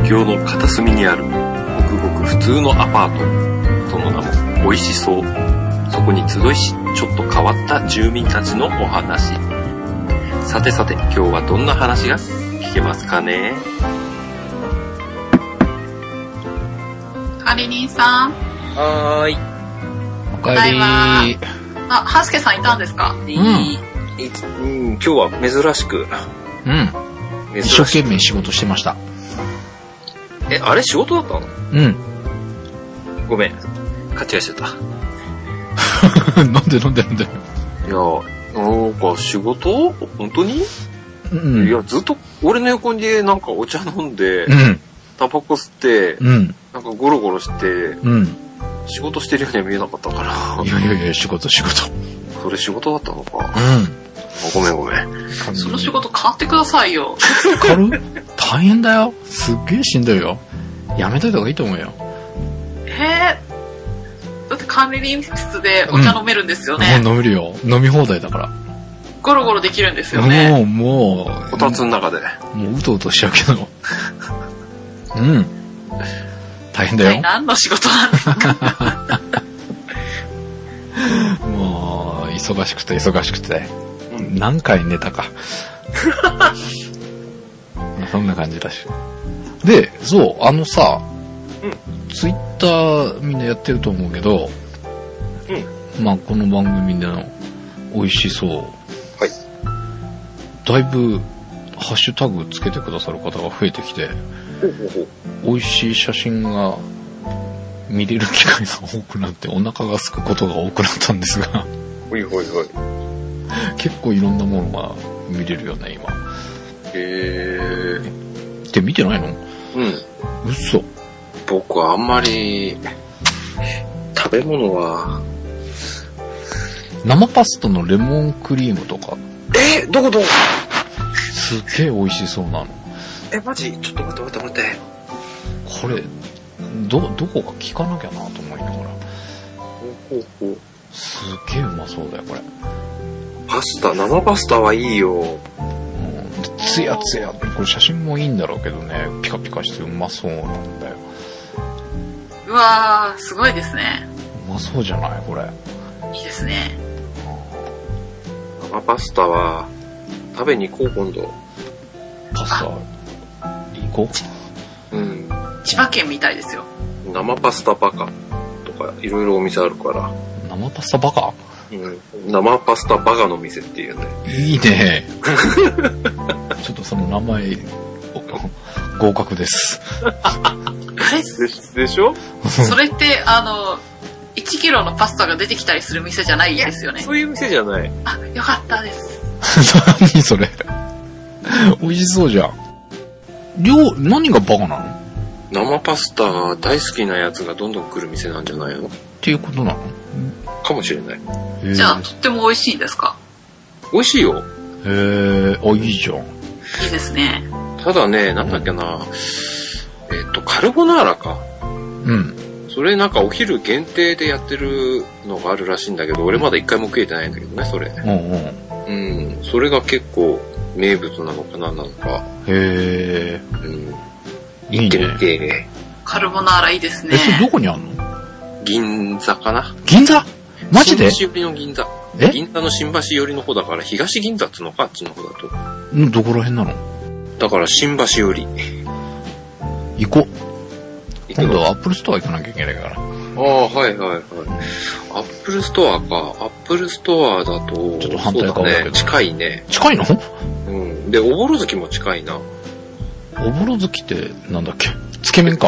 東京の片隅にあるごくごく普通のアパート、その名も美味しそう。そこに集いし、ちょっと変わった住民たちのお話。さてさて、今日はどんな話が聞けますかね。 管理人さん。 はーい。 おかえりー。 あ、はすけさんいたんですか？ 今日は珍しく。 一生懸命仕事してました。 あれ仕事だったの？ごめん。勘違いしてた。 なんで。 いや、なんか仕事？本当に？いや、ずっと俺の横になんかお茶飲んで、タバコ吸って、なんかゴロゴロして、仕事してるようには見えなかったから。 いや、仕事。 それ仕事だったのか。ごめん。 その仕事変わってくださいよ。 変わる？大変だよ。すっげえしんどいよ。やめといた方がいいと思うよ。 だって管理人室でお茶飲めるんですよね。 もう飲めるよ。飲み放題だから。 ゴロゴロできるんですよね。 もう。 こたつの中で。 もううとうとしちゃうけど。大変だよ。 何の仕事なんですか？ もう、忙しくて。何回寝たか。そんな感じだし。で、そう、ツイッターみんなやってると思うけど、まあこの番組での美味しそう。 はい。 だいぶ、ハッシュタグつけてくださる方が増えてきて、美味しい写真が見れる機会が多くなって、お腹が空くことが多くなったんですが。 ほい。 結構いろんなものが見れるよね、今。って見てないの？嘘。 僕はあんまり、食べ物は。 生パスタのレモンクリームとか。 どこ？ すっげえ美味しそうなの。 マジ？ちょっと待って。 これ、どこか聞かなきゃなと思いながら。すっげえうまそうだよ、これ。 生パスタはいいよ。 ツヤツヤ。これ写真もいいんだろうけどね、ピカピカしてうまそうなんだよ。 うわー、すごいですね。 うまそうじゃないこれ。 いいですね。 生パスタは、食べに行こう、今度。 パスタ、行こう。 千葉県みたいですよ。 生パスタバカとか、いろいろお店あるから。 生パスタバカ？ 生パスタバカの店っていうね。 いいね。ちょっとその名前、合格です。 でしょ？ それって、1キロのパスタが出てきたりする店じゃないですよね。 そういう店じゃない。 あ、よかったです。 何それ。美味しそうじゃん。何がバカなの？ 生パスタ大好きなやつがどんどん来る店なんじゃないの？ っていうことなの？ かもしれない。 じゃあ、とっても美味しいんですか？ 美味しいよ。 いいじゃん。 いいですね。 ただね、なんだっけな、カルボナーラか。それなんかお昼限定でやってるのがあるらしいんだけど、俺まだ一回も食えてないんだけどね、それ。それが結構名物なのかな、なんか。 いいね。 カルボナーラいいですね。 それどこにあんの？ 銀座かな。 銀座？マジで？ 新橋寄りの銀座。銀座の新橋寄りの方だから、東銀座っつうのか、あっちの方だと。 どこら辺なの？ だから新橋寄り。 行こう。今度はアップルストア行かなきゃいけないから。 はい。アップルストアか。アップルストアだと、 ちょっと反対側だけど。 近いね。 近いの？ で、おぼろ月も近いな。 おぼろ月ってなんだっけ？つけ麺か。 あ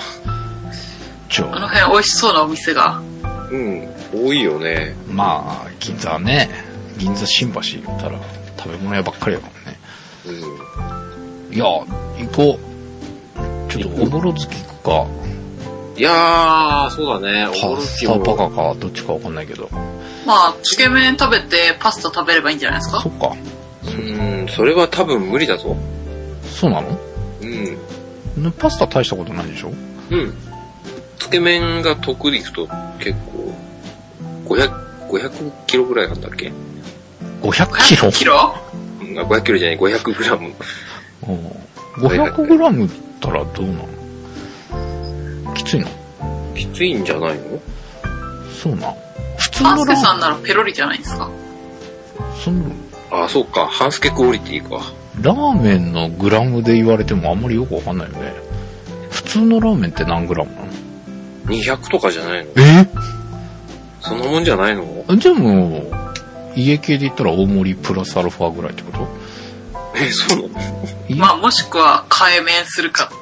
の辺美味しそうなお店が。 多いよね。 まあ、銀座ね。銀座新橋言ったら食べ物屋ばっかりやからね。いや、行こう。ちょっとおぼろ月行くか。 いやー、そうだね。 パスタバカか、どっちかわかんないけど。 まあ、つけ麺食べてパスタ食べればいいんじゃないですか？ そっか。 それは多分無理だぞ。 そうなの？パスタ大したことないでしょ？ つけ麺が得でいくと結構、500キロぐらいなんだっけ ？500キロ？ 500キロじゃない、500グラム。 500グラムだっったらどうなの？きついの？ きついんじゃないの？ そうなん。普通のハンスケさんならペロリじゃないですか。 あ、そうか。ハンスケクオリティか。 ラーメンのグラムで言われてもあんまりよくわかんないよね。普通のラーメンって何グラムなの ？200とかじゃないの？そんなもんじゃないの？ でも、家系で言ったら大盛りプラスアルファぐらいってこと？ そうなの？ まあもしくは改麺するか。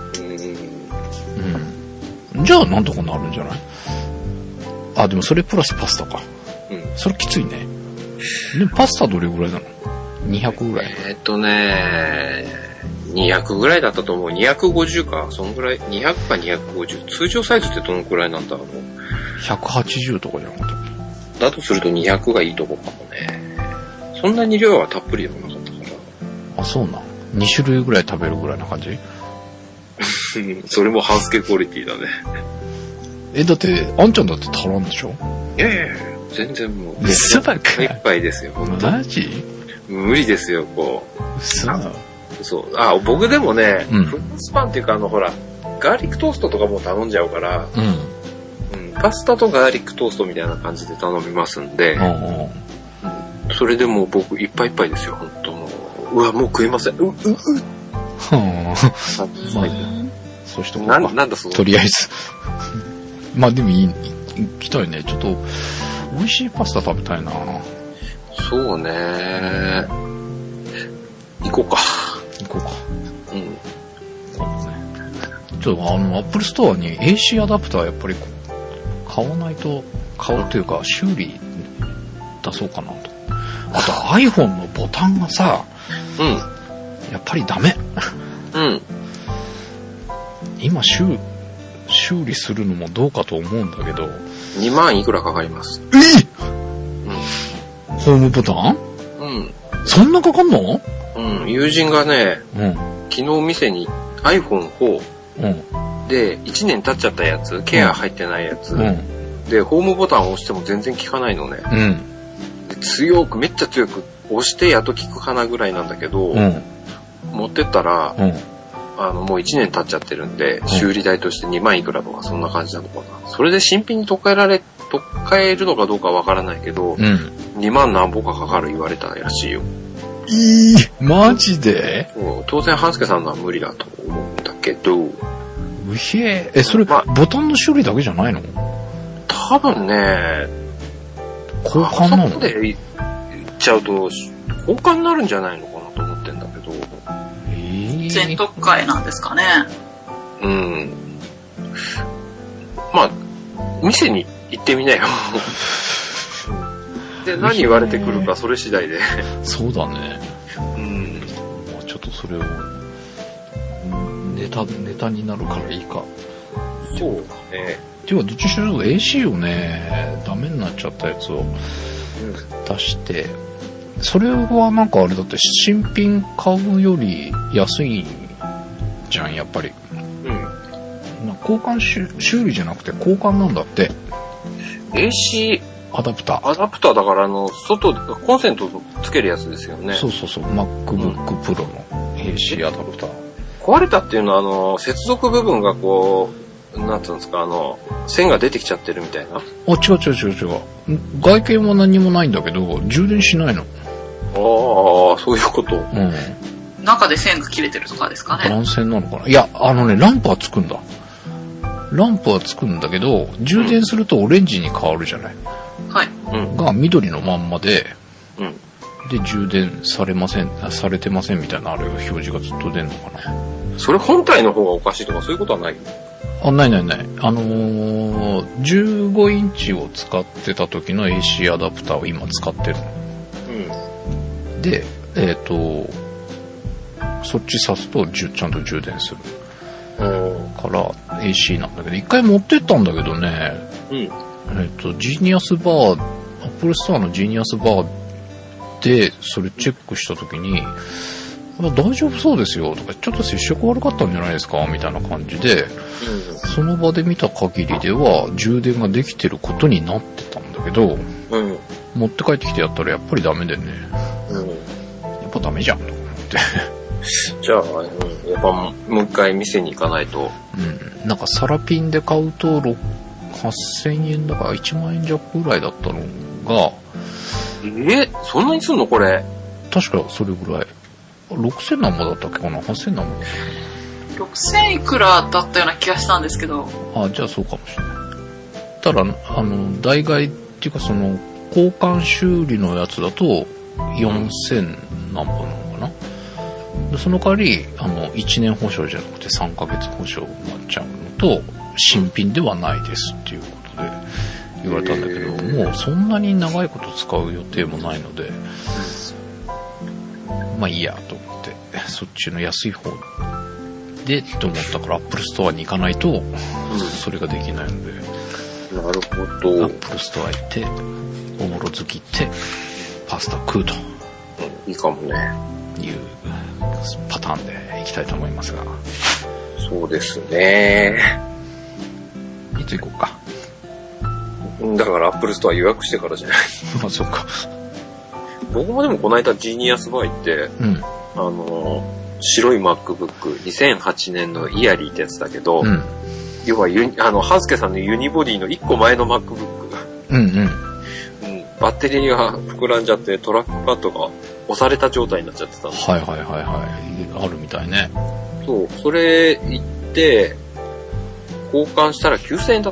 じゃあなんとかなるんじゃない？あ、でもそれプラスパスタか。それきついね。でもパスタどれぐらいなの？200ぐらい。 200ぐらいだったと思う。250か。そのぐらい。200か250。通常サイズってどのくらいなんだろう。 180とかじゃなかった？ だとすると200がいいとこかもね。そんなに量はたっぷりでもなかったから。 あ、そうなん。2種類ぐらい食べるぐらいな感じ？ それもハンスケクオリティだね。 だって、あんちゃんだって足らんでしょ？ いやいや全然もう。 嘘ばっかり。 いっぱいですよ。 マジ？ 無理ですよ、こう。 嘘。 そう。僕でもね、フランスパンっていうかほら、ガーリックトーストとかも頼んじゃうから、パスタとガーリックトーストみたいな感じで頼みますんで、それでもう僕いっぱいいっぱいですよ、本当もう。うわ、もう食いません。 そうしとこうか。 なんだその。 とりあえず。まあでも行きたいね。ちょっと、美味しいパスタ食べたいな。 そうね。行こうか。 ちょっとアップルストアに AC アダプターやっぱり買わないと、買うというか修理出そうかなと。あと iPhone のボタンがさ、やっぱりダメ。今修理するのもどうかと思うんだけど。 2万いくらかかります。 ホームボタン？そんなかかんの？ 友人がね、昨日店に iPhone4、で、1年経っちゃったやつ、ケア入ってないやつ、で、ホームボタンを押しても全然効かないのね。でめっちゃ強く押してやっと効くかなぐらいなんだけど、持ってったら、もう1年経っちゃってるんで、修理代として2万いくらとかそんな感じなのかな。それで新品に取っ替えるのかどうかわからないけど、2万何ぼかかかる言われたらしいよ。 マジで？ 当然、ハンスケさんのは無理だと思うんだけど。 それ、ボタンの修理だけじゃないの？ 多分ね、 交換なの？ そこで言っちゃうと、交換になるんじゃないのかなと思ってんだけど。 全特会なんですかね。 まあ、店に行ってみなよ。で、何言われてくるか、それ次第で。 そうだね。ちょっとそれを、ネタになるからいいか。 そうだね。 ていうか、どっちにしろ AC をね、ダメになっちゃったやつを出して、それはなんかあれだって、新品買うより安いじゃん、やっぱり。交換修理じゃなくて交換なんだって。 AC アダプターだから外でコンセントつけるやつですよね。 そう。MacBook Pro の AC アダプター。 壊れたっていうのは接続部分がこう、なんつうんですか、線が出てきちゃってるみたいな。 違う。外見は何もないんだけど、充電しないの。 そういうこと。 中で線が切れてるとかですかね。 断線なのかな。いや、ランプはつくんだ。ランプはつくんだけど、充電するとオレンジに変わるじゃない。が緑のまんまで、で、充電されてませんみたいな表示がずっと出るのかな。 それ本体の方がおかしいとかそういうことはない？ ない。15インチを使ってた時の AC アダプターを今使ってるの。で、そっち挿すとちゃんと充電する。から AC なんだけど、一回持ってったんだけどね、ジーニアスバー、アップルストアのジーニアスバーでそれチェックした時に、大丈夫そうですよとか、ちょっと接触悪かったんじゃないですかみたいな感じで、その場で見た限りでは充電ができてることになってたんだけど、持って帰ってきてやったらやっぱりダメでね、やっぱダメじゃんと思ってじゃあ、やっぱもう一回店に行かないと。 うん。なんかサラピンで買うと8000円だから1万円弱ぐらいだったのが。 そんなにすんのこれ。 確かそれぐらい。6000何もだったっけかな ?8000 何もだったかな ?6000 いくらだったような気がしたんですけど。 あ、じゃあそうかもしれない。ただ、代替っていうかその、交換修理のやつだと4000何本なのかな。でその代わり、1年保証じゃなくて3ヶ月保証になっちゃうのと、新品ではないですっていうことで言われたんだけど、もうそんなに長いこと使う予定もないので、まあいいやと思って、そっちの安い方でと思ったから、アップルストアに行かないと、それができないので、 なるほど。 アップルストア行って、おもろ月行って、パスタ食うと。 いいかもね。 いうパターンで行きたいと思いますが。 そうですね。 いつ行こうか。 だからアップルストア予約してからじゃない。 あ、そうか。 僕もでもこの間ジーニアスバー行って、白い MacBook、2008年のイヤリーってやつだけど、要はハズケさんのユニボディの1個前の MacBook。バッテリーが膨らんじゃってトラックパッドが押された状態になっちゃってたんです。 はい。あるみたいね。 そう、それ行って、交換したら9000円だった。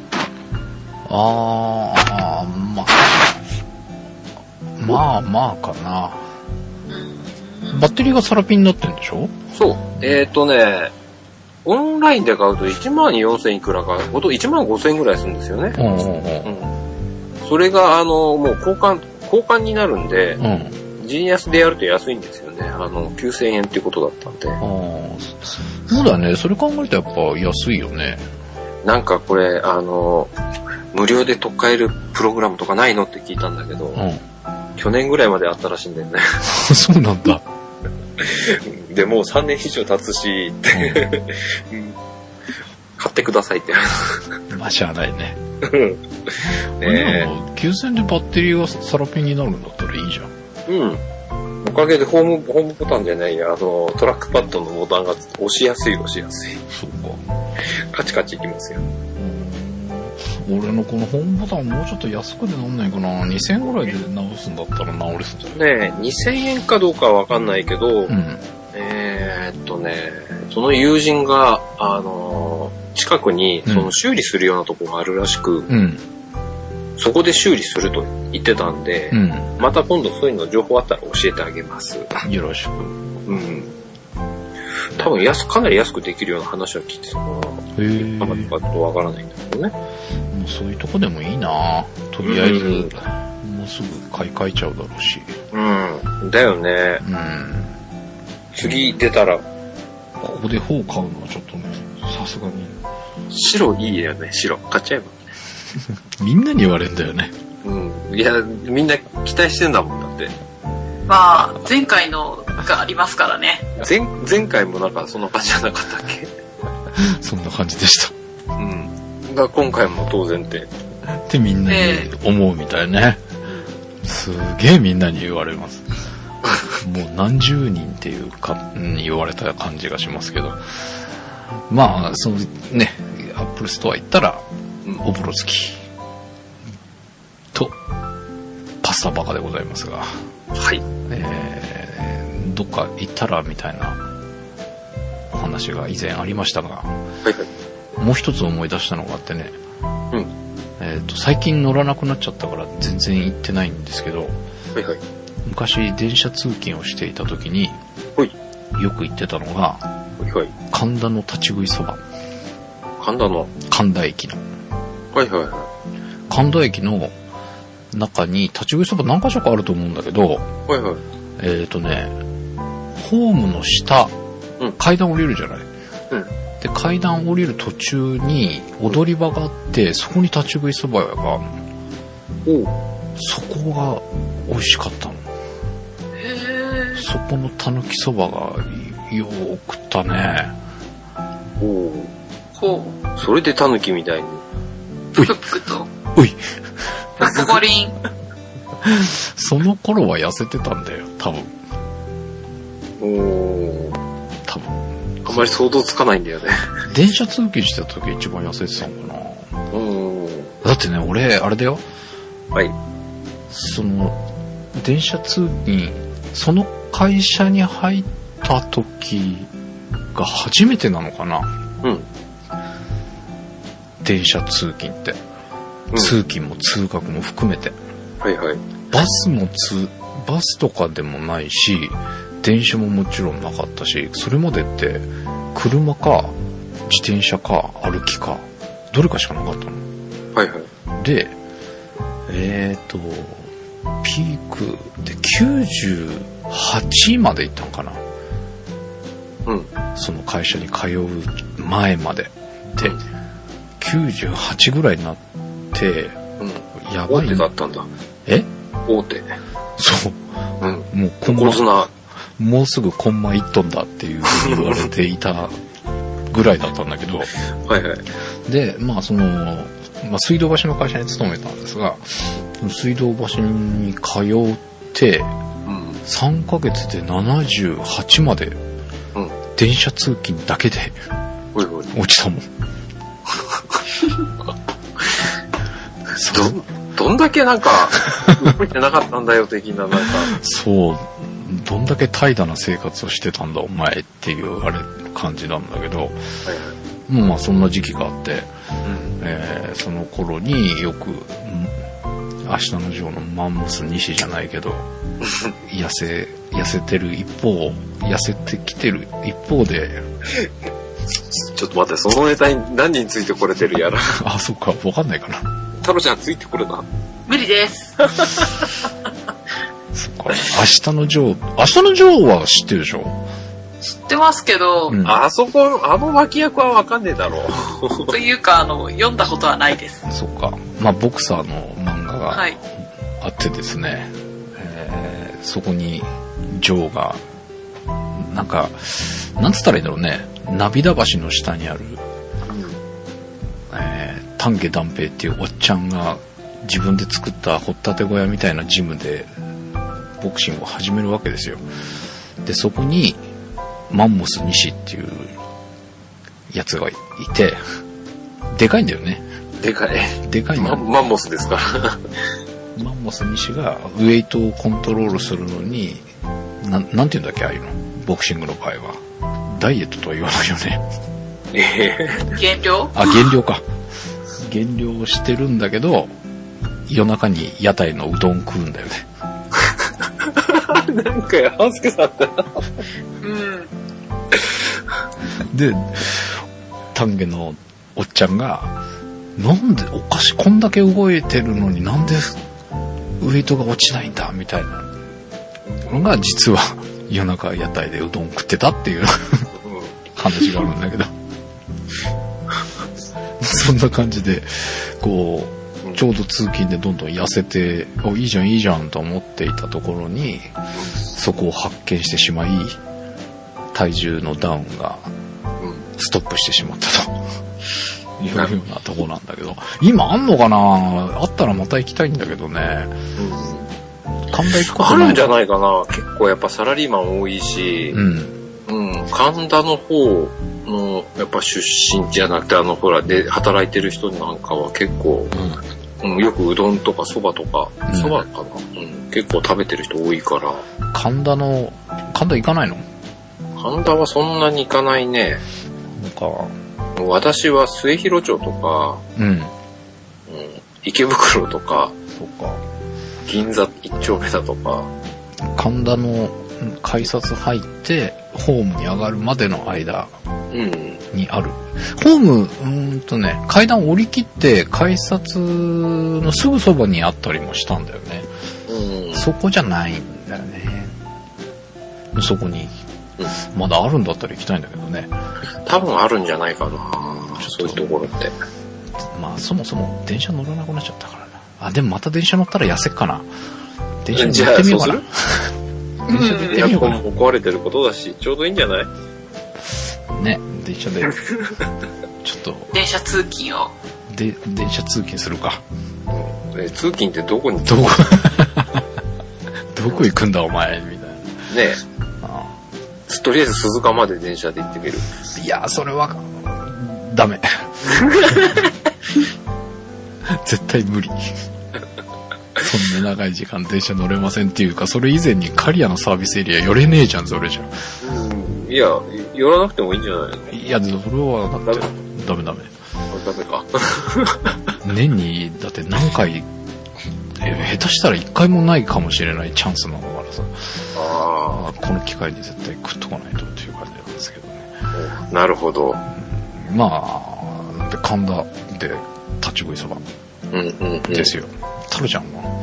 まあかな。バッテリーがサラピンになってるんでしょ？ そう。オンラインで買うと14000いくらか、15000円ぐらいするんですよね。それが、もう交換になるんで、ジーニアスでやると安いんですよね。9000円っていうことだったんで。 そうだね。それ考えるとやっぱ安いよね。 なんかこれ、無料で取っ替えるプログラムとかないのって聞いたんだけど、去年ぐらいまであったらしいんだよね。 そうなんだ。 で、もう3年以上経つし、買ってくださいって。 まあ、しゃあないね。9000円でバッテリーがサラピンになるんだったらいいじゃん。 おかげでホームボタンじゃないや、トラックパッドのボタンが押しやすい。そうか。カチカチいきますよ。 俺のこのホームボタンもうちょっと安くでなんないかな。2000円ぐらいで直すんだったら直れそうじゃない？ ねえ、2000円かどうかはわかんないけど、その友人が、近くにその修理するようなとこがあるらしく、そこで修理すると言ってたんで、また今度そういうの情報あったら教えてあげます。 よろしく。 多分かなり安くできるような話は聞いてたから、あんまりかとわからないんだけどね。 もうそういうとこでもいいな。とりあえず、もうすぐ買い替えちゃうだろうし。 だよね。次出たら。 ここで4買うのはちょっとね、さすがに。 白いいよね、白。買っちゃえば。 みんなに言われるんだよね。 いや、みんな期待してんだもん、だって。 まあ、前回のがありますからね。 前回もなんかそんな感じじゃなかったっけ？ そんな感じでした。 が今回も当然って。 ってみんなに思うみたいね。すげえみんなに言われます。もう何十人っていうか、言われた感じがしますけど。まあ、そのね、アップルストア行ったら、おぼろ月とパスタバカでございますが。 はい。 どっか行ったらみたいなお話が以前ありましたが、もう一つ思い出したのがあってね、最近乗らなくなっちゃったから全然行ってないんですけど、昔電車通勤をしていた時によく行ってたのが、神田の立ち食いそば。 神田駅の。 神田駅の中に立ち食いそば何か所かあると思うんだけど、ホームの下、階段降りるじゃない。で、階段降りる途中に踊り場があって、そこに立ち食いそば屋があるの。そこが美味しかったの。そこのたぬきそばがよーくったね。 それでたぬきみたいに。 ぷくぷくと。ボコリン。 その頃は痩せてたんだよ、多分。 多分。 あんまり想像つかないんだよね。 電車通勤してた時一番痩せてたのかな。だってね、俺、あれだよ。 はい。 電車通勤、その会社に入った時が初めてなのかな。うん。電車通勤って。通勤も通学も含めて。 はいはい。 バスとかでもないし、電車ももちろんなかったし、それまでって車か自転車か歩きかどれかしかなかったの。 はいはい。 で、ピークで98まで行ったのかな。うん。その会社に通う前までで、98ぐらいになって、やばい。 大手だったんだ。大手。 そう。 うん。もう横綱。 もうすぐコンマ1トンだっていうふうに言われていたぐらいだったんだけど。 はいはい。 で、水道橋の会社に勤めたんですが、水道橋に通って、3ヶ月で78まで、電車通勤だけで落ちたもん。 どんだけなんか、動いてなかったんだよ的ななんか。 そう、どんだけ怠惰な生活をしてたんだお前っていう感じなんだけど、まあそんな時期があって、その頃によく、明日のジョーのマンモス西じゃないけど、痩せてる一方、痩せてきてる一方で、 ちょっと待って、そのネタに何人ついてこれてるやら。 あ、そっか、わかんないかな。 太郎ちゃんついてこれな。 無理です。 そっか、明日のジョーは知ってるでしょ？ 知ってますけど、 あそこ、脇役はわかんねえだろう。 というか、読んだことはないです。 そっか。まあ、ボクサーの漫画があってですね、そこにジョーが、なんか、なんつったらいいんだろうね、涙橋の下にある、丹下段平っていうおっちゃんが自分で作った掘ったて小屋みたいなジムでボクシングを始めるわけですよ。で、そこにマンモス西っていうやつがいて、でかいんだよね。 でかいマンモスですか。 マンモス西がウエイトをコントロールするのに、なんていうんだっけ、ああいうの。ボクシングの場合は。ダイエットとは言わないよね。 減量？ 減量か。減量をしてるんだけど、夜中に屋台のうどん食うんだよね。 なんか、半助さんだな。 で、丹下のおっちゃんが、なんでこんだけ動いてるのになんでウエイトが落ちないんだみたいなのが実は夜中屋台でうどん食ってたっていう話があるんだけど、そんな感じでこうちょうど通勤でどんどん痩せて、いいじゃんと思っていたところにそこを発見してしまい、体重のダウンがストップしてしまったというようなとこなんだけど、今あんのかな？あったらまた行きたいんだけどね。神田行くことない。 あるんじゃないかな。結構やっぱサラリーマン多いし、神田の方のやっぱ出身じゃなくてほらで働いてる人なんかは結構、よくうどんとかそばとか、そばかな、結構食べてる人多いから。 神田行かないの？ 神田はそんなに行かないね。 なんか私は末広町とか、池袋とか、銀座一丁目だとか、 神田の改札入ってホームに上がるまでの間にある。ホーム階段降り切って改札のすぐそばにあったりもしたんだよね。そこじゃないんだよね。そこに。まだあるんだったら行きたいんだけどね。 多分あるんじゃないかな。そういうところって。 まあそもそも電車乗らなくなっちゃったからな。でもまた電車乗ったら痩せっかな。電車乗ってみようかな。電車で行ってみようかな。 も壊れてることだし、ちょうどいいんじゃない？ ね、電車でちょっと電車通勤を。 電車通勤するか。 通勤ってどこどこ行くんだお前みたいな。 ねえ。 とりあえず鈴鹿まで電車で行ってみる。 いや、それは、ダメ。絶対無理。そんな長い時間電車乗れませんっていうか、それ以前に刈谷のサービスエリア寄れねえじゃん、それじゃ。 いや、寄らなくてもいいんじゃないの？ いや、それはだって、ダメ。 ダメか。 年に、だって何回、下手したら1回もないかもしれないチャンスなのからさ。この機会に絶対食っとかないとっていう感じなんですけどね。 なるほど。 まあ、で神田で立ち食いそばですよ。タルちゃんは？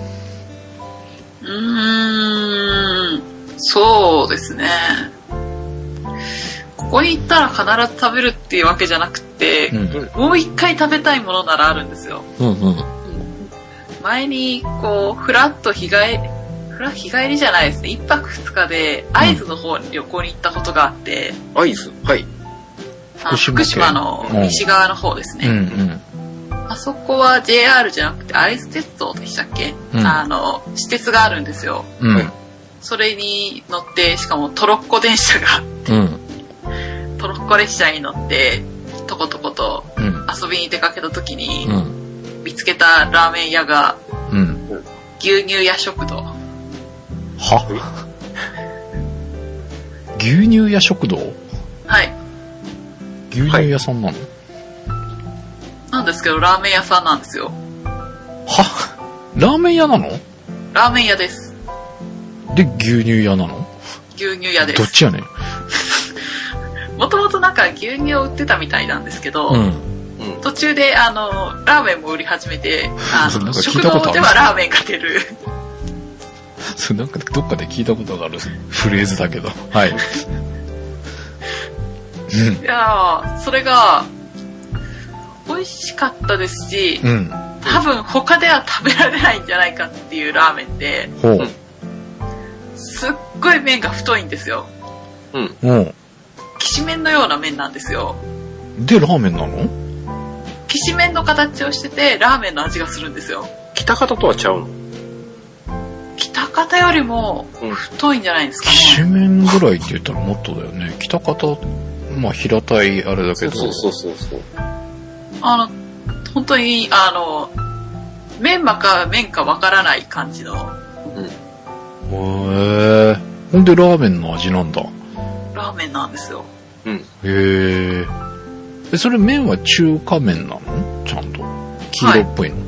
そうですね。ここに行ったら必ず食べるっていうわけじゃなくて、もう一回食べたいものならあるんですよ。前にこうフラッと日帰りじゃないですね。1泊2日で会津の方に旅行に行ったことがあって、 会津、はい。 福島の西側の方ですね。あそこは JR じゃなくて会津鉄道でしたっけ？私鉄があるんですよ。それに乗って、しかもトロッコ電車があって、トロッコ列車に乗ってとことこと遊びに出かけた時に、見つけたラーメン屋が、牛乳屋食堂。 は？牛乳屋食堂？ はい。 牛乳屋さんなの？ なんですけど、ラーメン屋さんなんですよ。 は？ラーメン屋なの？ ラーメン屋です。 で、牛乳屋なの？ 牛乳屋です。 どっちやねん。 もともとなんか牛乳を売ってたみたいなんですけど、途中でラーメンも売り始めて、食堂ではラーメンが出る。 それなんかどっかで聞いたことがあるフレーズだけど。はい。 いやー、それが美味しかったですし、多分他では食べられないんじゃないかっていうラーメンで、すっごい麺が太いんですよ。きしめんのような麺なんですよ。 で、ラーメンなの？ きしめんの形をしてて、ラーメンの味がするんですよ。 北方とはちゃうの？ 北方よりも太いんじゃないですかね。 きしめんぐらいって言ったらもっとだよね。北方、まあ平たいあれだけど。 そう。 本当に、メンマか麺かわからない感じの。 ほんでラーメンの味なんだ。 ラーメンなんですよ。 へえ。それ麺は中華麺なの？ちゃんと。黄色っぽいの？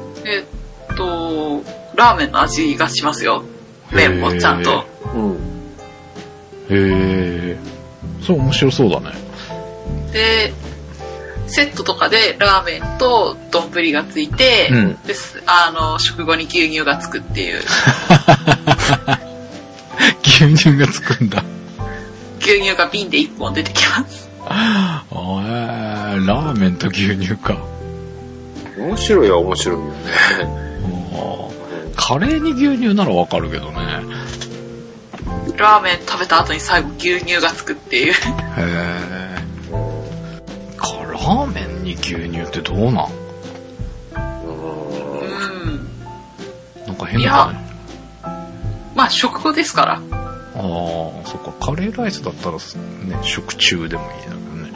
ラーメンの味がしますよ。麺もちゃんと。 へえ。そう面白そうだね。 で、セットとかでラーメンと丼がついて、で食後に牛乳がつくっていう。 牛乳がつくんだ。 牛乳が瓶で1本出てきます。 ラーメンと牛乳か。 面白いは面白いよね。 カレーに牛乳ならわかるけどね。 ラーメン食べた後に最後牛乳がつくっていう。 ラーメンに牛乳ってどうなん？なんか変だね。 まあ食後ですから。 そっか。カレーライスだったらね、食中でもいいだけどね。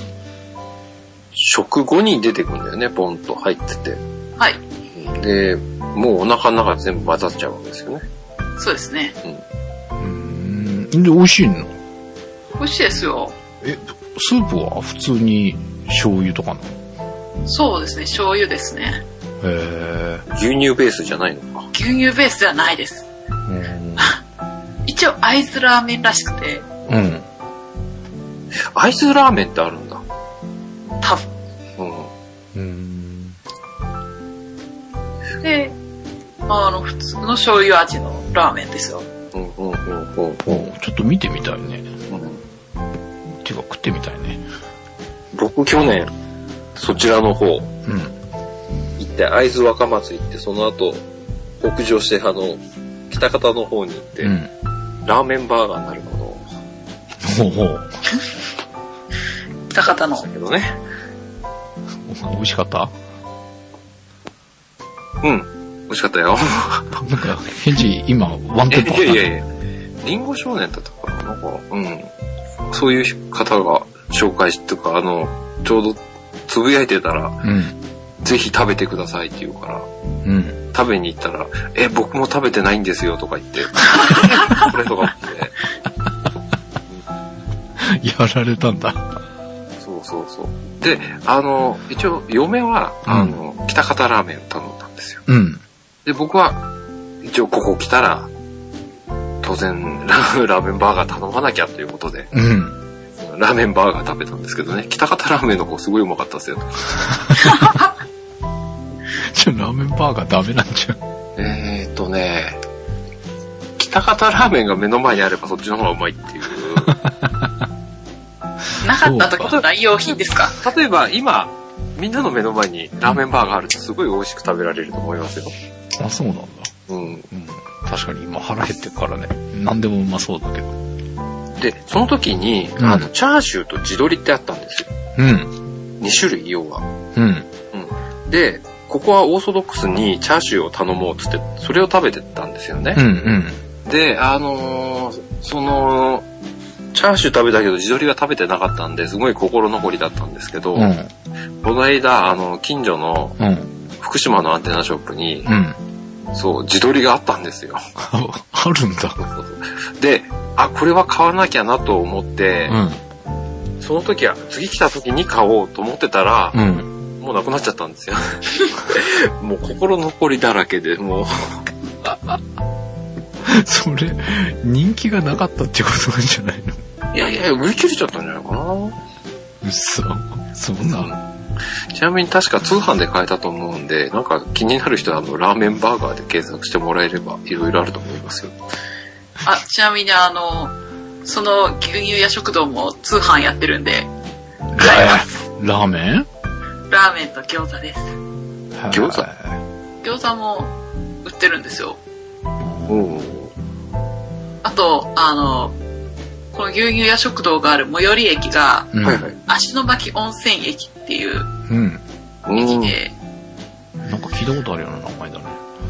食後に出てくるんだよね、ポンと入ってて。 はい。 で、もうお腹の中全部混ざっちゃうわけですよね。 そうですね。 で、美味しいの？ 美味しいですよ。 スープは普通に醤油とかなの？ そうですね、醤油ですね。 牛乳ベースじゃないのか。 牛乳ベースではないです。一応会津ラーメンらしくて。 会津ラーメンってあるんだ。 多分。で、普通の醤油味のラーメンですよ。 ちょっと見てみたいね。てか食ってみたいね。 僕去年そちらの方、行って会津若松行って、その後北上して北方の方に行って、ラーメンバーガーになるものを。 北方の。 だけどね。 美味しかった？ 美味しかったよ。 なんか返事今ワンテンポ。 いや。 リンゴ少年だったかな、なんか、そういう方が紹介してか、ちょうどつぶやいてたら、ぜひ食べてくださいって言うから、食べに行ったら、僕も食べてないんですよとか言って、これとかって。 やられたんだ。 そう。で、一応、嫁は、北方ラーメンを頼んだんですよ。で、僕は、一応ここ来たら、当然ラーメンバーガー頼まなきゃということで、ラーメンバーガー食べたんですけどね、北方ラーメンの方すごいうまかったですよ。 ラーメンバーガーダメなんじゃん。 北方ラーメンが目の前にあればそっちの方がうまいっていう。 なかった時の代用品ですか？ 例えば今、みんなの目の前にラーメンバーガーあるとすごい美味しく食べられると思いますよ。 あ、そうなんだ。確かに今腹減ってるからね。何でもうまそうだけど。 で、その時に、チャーシューと地鶏ってあったんですよ。2種類、要は。で、ここはオーソドックスにチャーシューを頼もうっつって、それを食べてたんですよね。で、チャーシュー食べたけど地鶏が食べてなかったんで、すごい心残りだったんですけど、この間、近所の福島のアンテナショップに、そう、地鶏があったんですよ。 あるんだ。 で、これは買わなきゃなと思って、その時は、次来た時に買おうと思ってたら、もうなくなっちゃったんですよ。もう心残りだらけで、もう。 それ、人気がなかったってことなんじゃないの？ いや、売り切れちゃったんじゃないかな。 嘘。そんなの？ ちなみに確か通販で買えたと思うんで、なんか気になる人はラーメンバーガーで検索してもらえればいろいろあると思いますよ。 ちなみにその牛乳屋食堂も通販やってるんで、買えます。 ラーメン？ ラーメンと餃子です。餃子も売ってるんですよ。あと、この牛乳屋食堂がある最寄り駅が、芦ノ牧温泉駅っていう駅で、 なんか聞いたことあるような名前だね。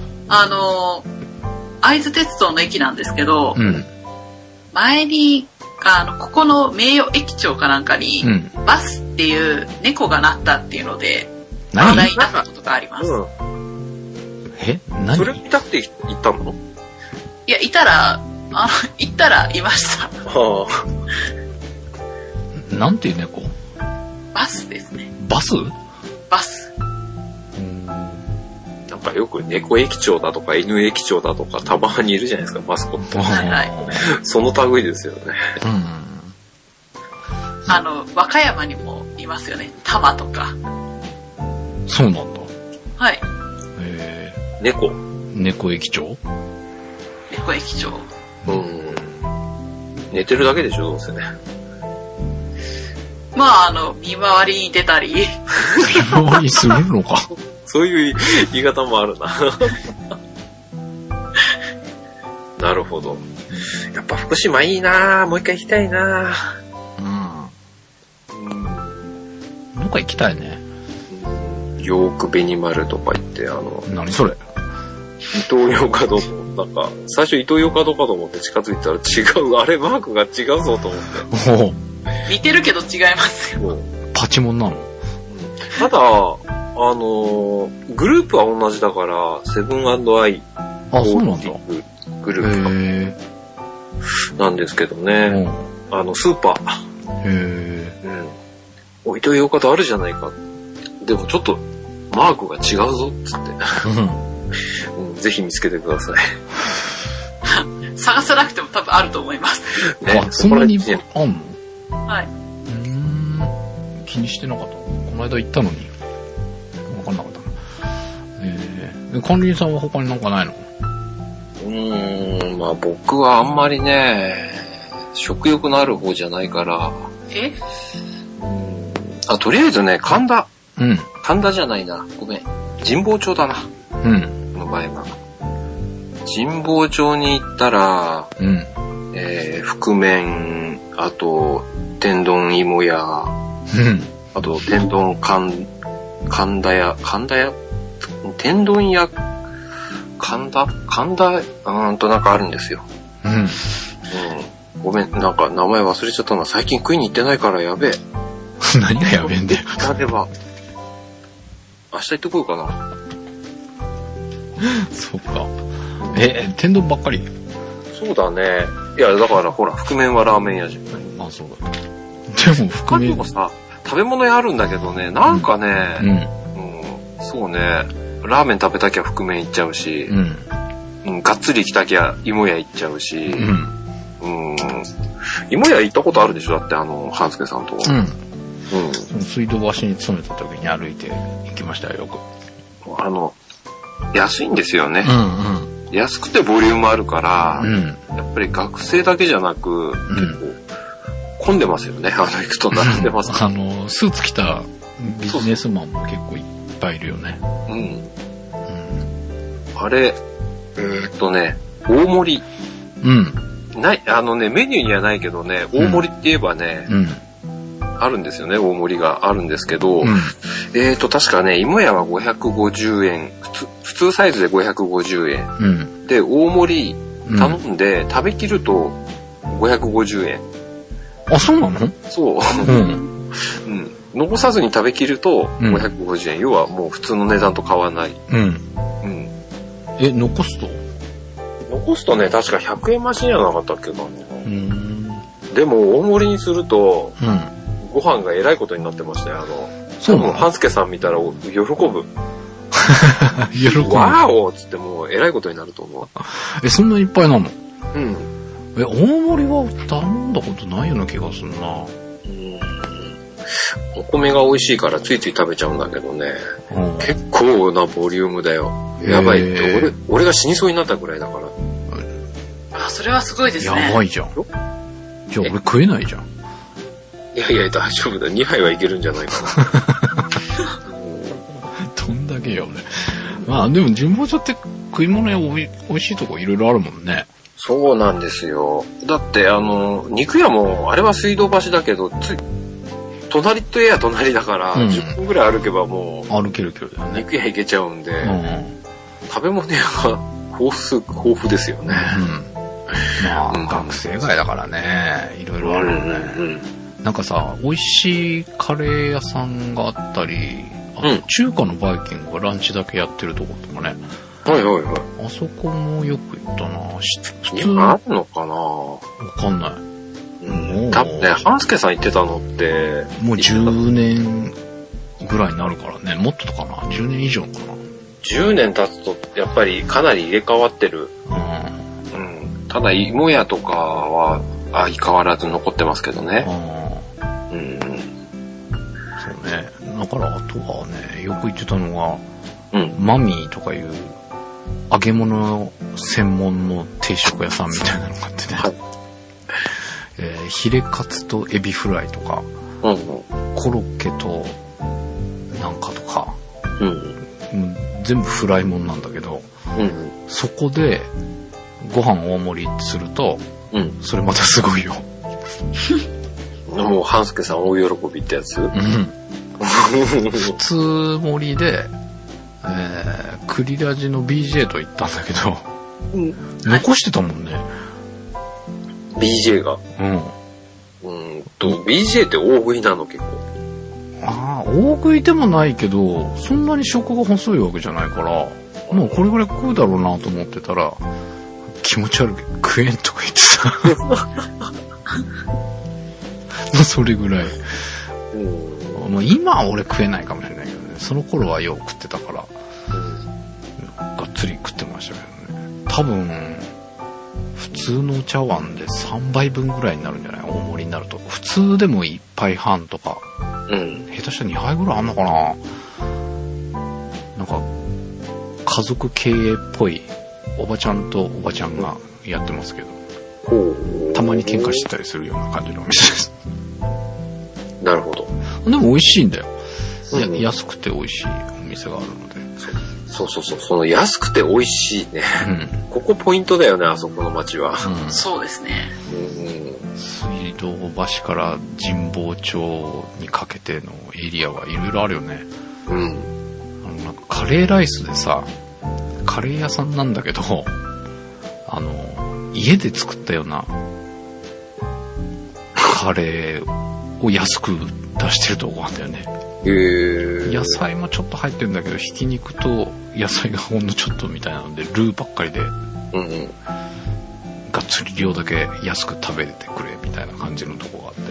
会津鉄道の駅なんですけど、前に、ここの名誉駅長かなんかに、バスっていう猫がなったっていうので、話題になったことがあります。 何？ それ見たくて行ったの？ いや、行ったらいました。 なんていう猫？ バスですね。 バス？ バス。 なんかよく猫駅長だとか犬駅長だとかたまにいるじゃないですか、マスコット。その類ですよね。 和歌山にもいますよね。玉とか。 そうなんだ。 はい。 猫駅長？ 猫駅長。 寝てるだけでしょ、どうせね。 見回りに出たり。 見回りするのか。 そういう言い方もあるな。なるほど。やっぱ福島いいなぁ。もう一回行きたいなぁ。 どっか行きたいね。 ヨークベニマルとか行って、 何それ？ イトーヨーカドーの、なんか、最初イトーヨーカドーかと思って近づいたら違う、あれマークが違うぞと思って。 似てるけど違いますよ。 パチモンなの？ ただ、グループは同じだから、セブン&アイ。 そうなんだ。 グループなんですけどね。スーパー。イトーヨーカドーあるじゃないか。でもちょっと、マークが違うぞ、つって。ぜひ見つけてください。 探さなくても多分あると思います。 そんなにあんの？はい。 気にしてなかった。この間行ったのに。わかんなかったな。管理人さんは他になんかないの？ 僕はあんまりね、食欲のある方じゃないから。とりあえずね、神田じゃないな。ごめん。神保町だな。の場合は。神保町に行ったら、覆面、あと、天丼芋屋、あと、天丼神田屋、天丼屋、神田なんかあるんですよ。 ごめん、なんか名前忘れちゃったな。最近食いに行ってないからやべえ。 何がやべえんだよ。 では、明日行ってこようかな。 そっか。天丼ばっかり？ そうだね。いや、だからほら、覆面はラーメン屋じゃん。 あ、そうだ。でも覆面。 他にもさ、食べ物屋あるんだけどね、なんかね、そうね、ラーメン食べたきゃ覆面行っちゃうし、がっつり行きたきゃ芋屋行っちゃうし、芋屋行ったことあるでしょ？だって半助さんと。 水道橋に勤めた時に歩いて行きましたよ、よく。 安いんですよね。安くてボリュームあるから、やっぱり学生だけじゃなく、結構混んでますよね。行くと並んでます、ね。 スーツ着たビジネスマンも結構いっぱいいるよね。 あれ、大盛り。ない、メニューにはないけどね、大盛りって言えばね、あるんですよね、大盛りがあるんですけど、確かね、芋屋は550円、普通サイズで550円。で、大盛り頼んで食べきると550円。 あ、そうなの？ そう。残さずに食べきると550円。要はもう普通の値段と変わらない。 残すと？ 残すとね、確か100円増しにはなかったっけかな。でも、大盛りにすると、ご飯がえらいことになってましたよ。 そうなの？ 半助さん見たら喜ぶ。 喜ぶ。 わーおーっつってもうえらいことになると思う。そんないっぱいなの？大盛りは頼んだことないような気がするな。 お米が美味しいからついつい食べちゃうんだけどね。結構なボリュームだよ。やばいって。俺が死にそうになったぐらいだから。 それはすごいですね。 やばいじゃん。じゃあ俺食えないじゃん。 いや、大丈夫だ。2杯はいけるんじゃないかな。 どんだけよね。まあでも神保町って食い物屋美味しいとこいろいろあるもんね。 そうなんですよ。だって肉屋もあれは水道橋だけど隣といえば隣だから、10分ぐらい歩けばもう歩ける距離だよね。 肉屋行けちゃうんで、食べ物屋が豊富ですよね。 まあ、学生街だからね、いろいろあるよね。なんかさ、美味しいカレー屋さんがあったり、中華のバイキングがランチだけやってるとことかね。あそこもよく行ったな。 普通あるのかな？ わかんない。 多分ね、半助さん言ってたのって、 もう10年ぐらいになるからね。もっとかな？ 10 年以上かな。 10年経つと、やっぱりかなり入れ替わってる。ただ、芋屋とかは相変わらず残ってますけどね。 そうね。だから、あとはね、よく言ってたのが、マミーとかいう揚げ物専門の定食屋さんみたいなのがあってね。ヒレカツとエビフライとか、コロッケとなんかとか、全部フライもんなんだけど、そこでご飯大盛りすると、それまたすごいよ。 もう半助さん大喜びってやつ？ 普通盛りで、クリラジの BJ と言ったんだけど、残してたもんね。 BJ が。BJ って大食いなの結構。 大食いでもないけど、そんなに食が細いわけじゃないから、もうこれぐらい食うだろうなと思ってたら、気持ち悪い食えんとか言ってた。それぐらい。もう今は俺食えないかもしれないけどね。その頃はよう食ってたから、がっつり食ってましたけどね。多分、普通のお茶碗で3杯分ぐらいになるんじゃない？大盛りになると。普通でも1杯半とか。下手したら2杯ぐらいあんのかな？なんか、家族経営っぽいおばちゃんとおばちゃんがやってますけど。たまに喧嘩してたりするような感じのお店です。 なるほど。 でも美味しいんだよ。安くて美味しいお店があるので。 そう。その安くて美味しいね。ここポイントだよね、あそこの街は。 そうですね。 水道橋から神保町にかけてのエリアはいろいろあるよね。なんかカレーライスでさ、カレー屋さんなんだけど、家で作ったようなカレーを安く出してるとこあるんだよね。野菜もちょっと入ってるんだけど、ひき肉と野菜がほんのちょっとみたいなので、ルーばっかりで、がっつり量だけ安く食べれてくれみたいな感じのとこがあって、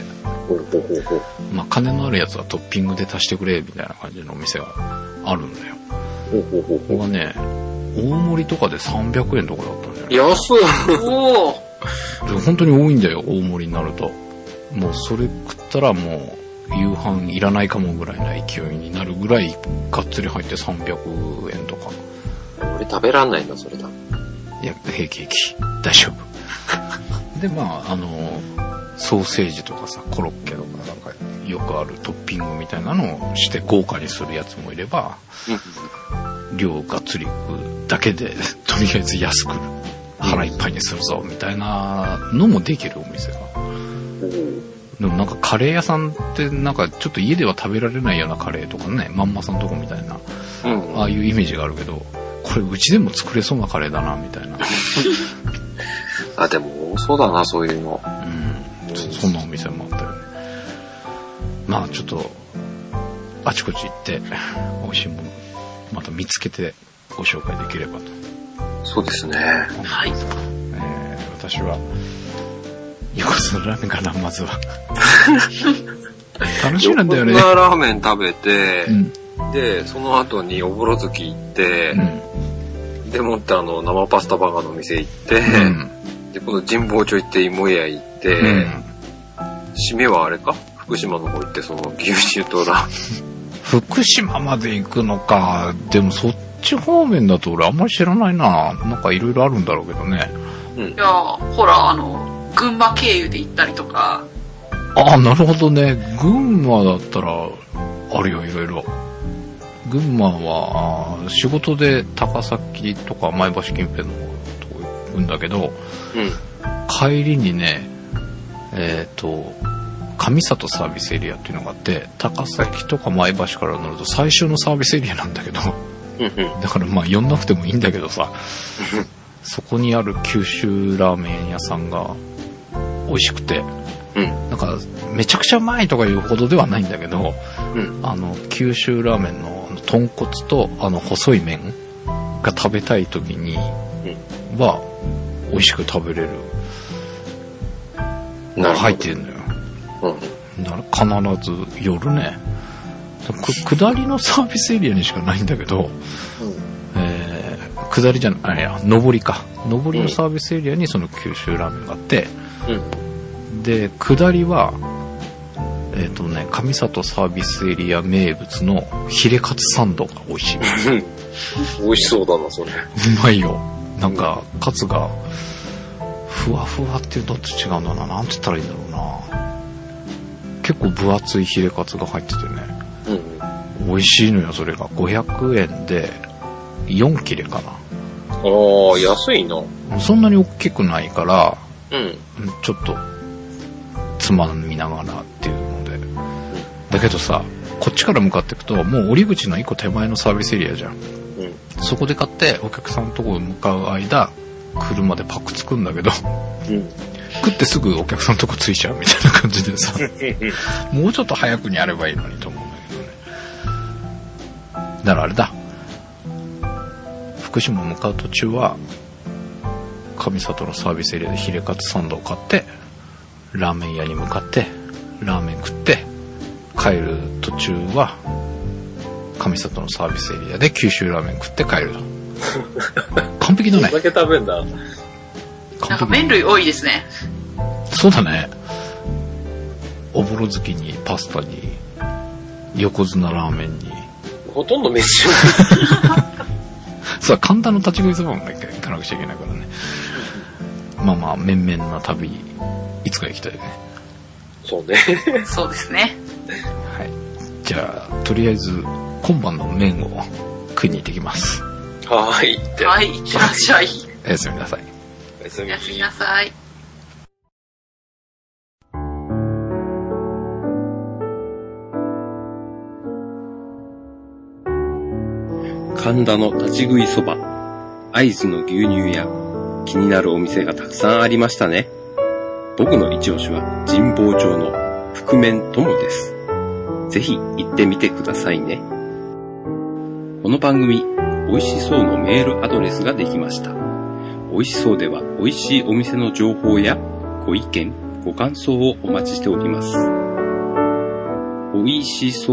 まあ金のあるやつはトッピングで足してくれみたいな感じのお店があるんだよ。ここがね、大盛りとかで300円とかだったんだよね。 安い。 おー。本当に多いんだよ、大盛りになると。もうそれ食ったらもう夕飯いらないかもぐらいな勢いになるぐらいがっつり入って300円とか。 俺食べらんないんだ、それだ。 いや、平気大丈夫。で、まあ、ソーセージとかさ、コロッケとかなんかよくあるトッピングみたいなのをして豪華にするやつもいれば、量がっつり食うだけで、とりあえず安く腹いっぱいにするぞ、みたいなのもできるお店が。でもなんかカレー屋さんってなんかちょっと家では食べられないようなカレーとかね、まんまさんとこみたいな、ああいうイメージがあるけど、これうちでも作れそうなカレーだな、みたいな。 あ、でもそうだな、そういうの。 そんなお店もあったよね。まあちょっと、あちこち行って、美味しいもの、また見つけてご紹介できればと。 そうですね。 はい。 私は、横綱ラーメンかな、まずは。楽しみなんだよね。 横綱ラーメン食べて、で、その後におぼろ月行って、でもって生パスタバーガーの店行って、で、この神保町行って芋屋行って、締めはあれか福島の方行って、その牛乳とラーメン。福島まで行くのか。でもそっち方面だと俺あんまり知らないな。なんかいろいろあるんだろうけどね。 いや、ほら、群馬経由で行ったりとか。 ああ、なるほどね。群馬だったら、あるよ、いろいろ。群馬は、仕事で高崎とか前橋近辺のとこ行くんだけど、帰りにね、上里サービスエリアっていうのがあって、高崎とか前橋から乗ると最初のサービスエリアなんだけど、だからまあ呼んなくてもいいんだけどさ、そこにある九州ラーメン屋さんが美味しくて、なんかめちゃくちゃうまいとかいうほどではないんだけど、九州ラーメンの豚骨と細い麺が食べたい時には美味しく食べれるのが入ってるのよ。だから必ず夜ね、下りのサービスエリアにしかないんだけど、下りじゃない、いや、上りか。上りのサービスエリアにその九州ラーメンがあって、で、下りは、上里サービスエリア名物のヒレカツサンドが美味しい。 美味しそうだな、それ。 うまいよ。なんか、カツが、ふわふわっていうとどっち違うんだな。なんて言ったらいいんだろうな。結構分厚いヒレカツが入っててね。美味しいのよ、それが。500円で、4切れかな。 ああ、安いな。 そんなに大きくないから、ちょっと、つまみながらっていうので。だけどさ、こっちから向かっていくと、もう降り口の一個手前のサービスエリアじゃん。そこで買って、お客さんのところに向かう間、車でパクつくんだけど、食ってすぐお客さんのとこ着いちゃうみたいな感じでさ、もうちょっと早くにやればいいのにと思うんだけどね。だからあれだ。福島向かう途中は、上里のサービスエリアでヒレカツサンドを買って、ラーメン屋に向かって、ラーメン食って、帰る途中は、上里のサービスエリアで九州ラーメン食って帰ると。完璧だね。 どんだけ食べんだ。 なんか麺類多いですね。 そうだね。おぼろ月にパスタに、横綱ラーメンに。 ほとんど飯を。 そう、簡単な立ち食いそばも行かなくちゃいけないからね。まあまあ、面々な旅、いつか行きたいね。 そうね。 そうですね。 はい。じゃあ、とりあえず、今晩の麺を食いに行ってきます。 はい。 はい、いってらっしゃい。 おやすみなさい。 おやすみなさい。 神田の立ち食いそば、会津の牛乳屋、気になるお店がたくさんありましたね。 僕の一押しは神保町の覆面友です。ぜひ行ってみてくださいね。この番組、美味しそうのメールアドレスができました。美味しそうでは美味しいお店の情報やご意見、ご感想をお待ちしております。おいしそう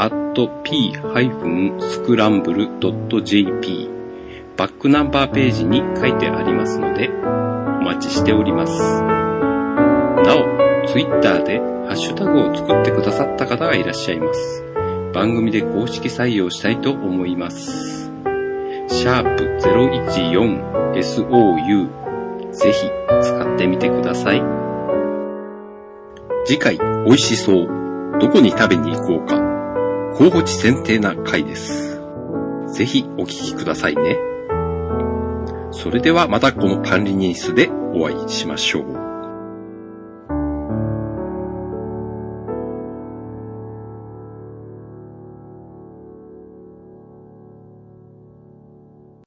@p-scramble.jp バックナンバーページに書いてありますのでお待ちしております。なお、ツイッターでハッシュタグを作ってくださった方がいらっしゃいます。番組で公式採用したいと思います。#014SOU ぜひ使ってみてください。次回、美味しそう。どこに食べに行こうか。候補地選定な回です。ぜひお聞きくださいね。それではまたこの管理ニュースでお会いしましょう。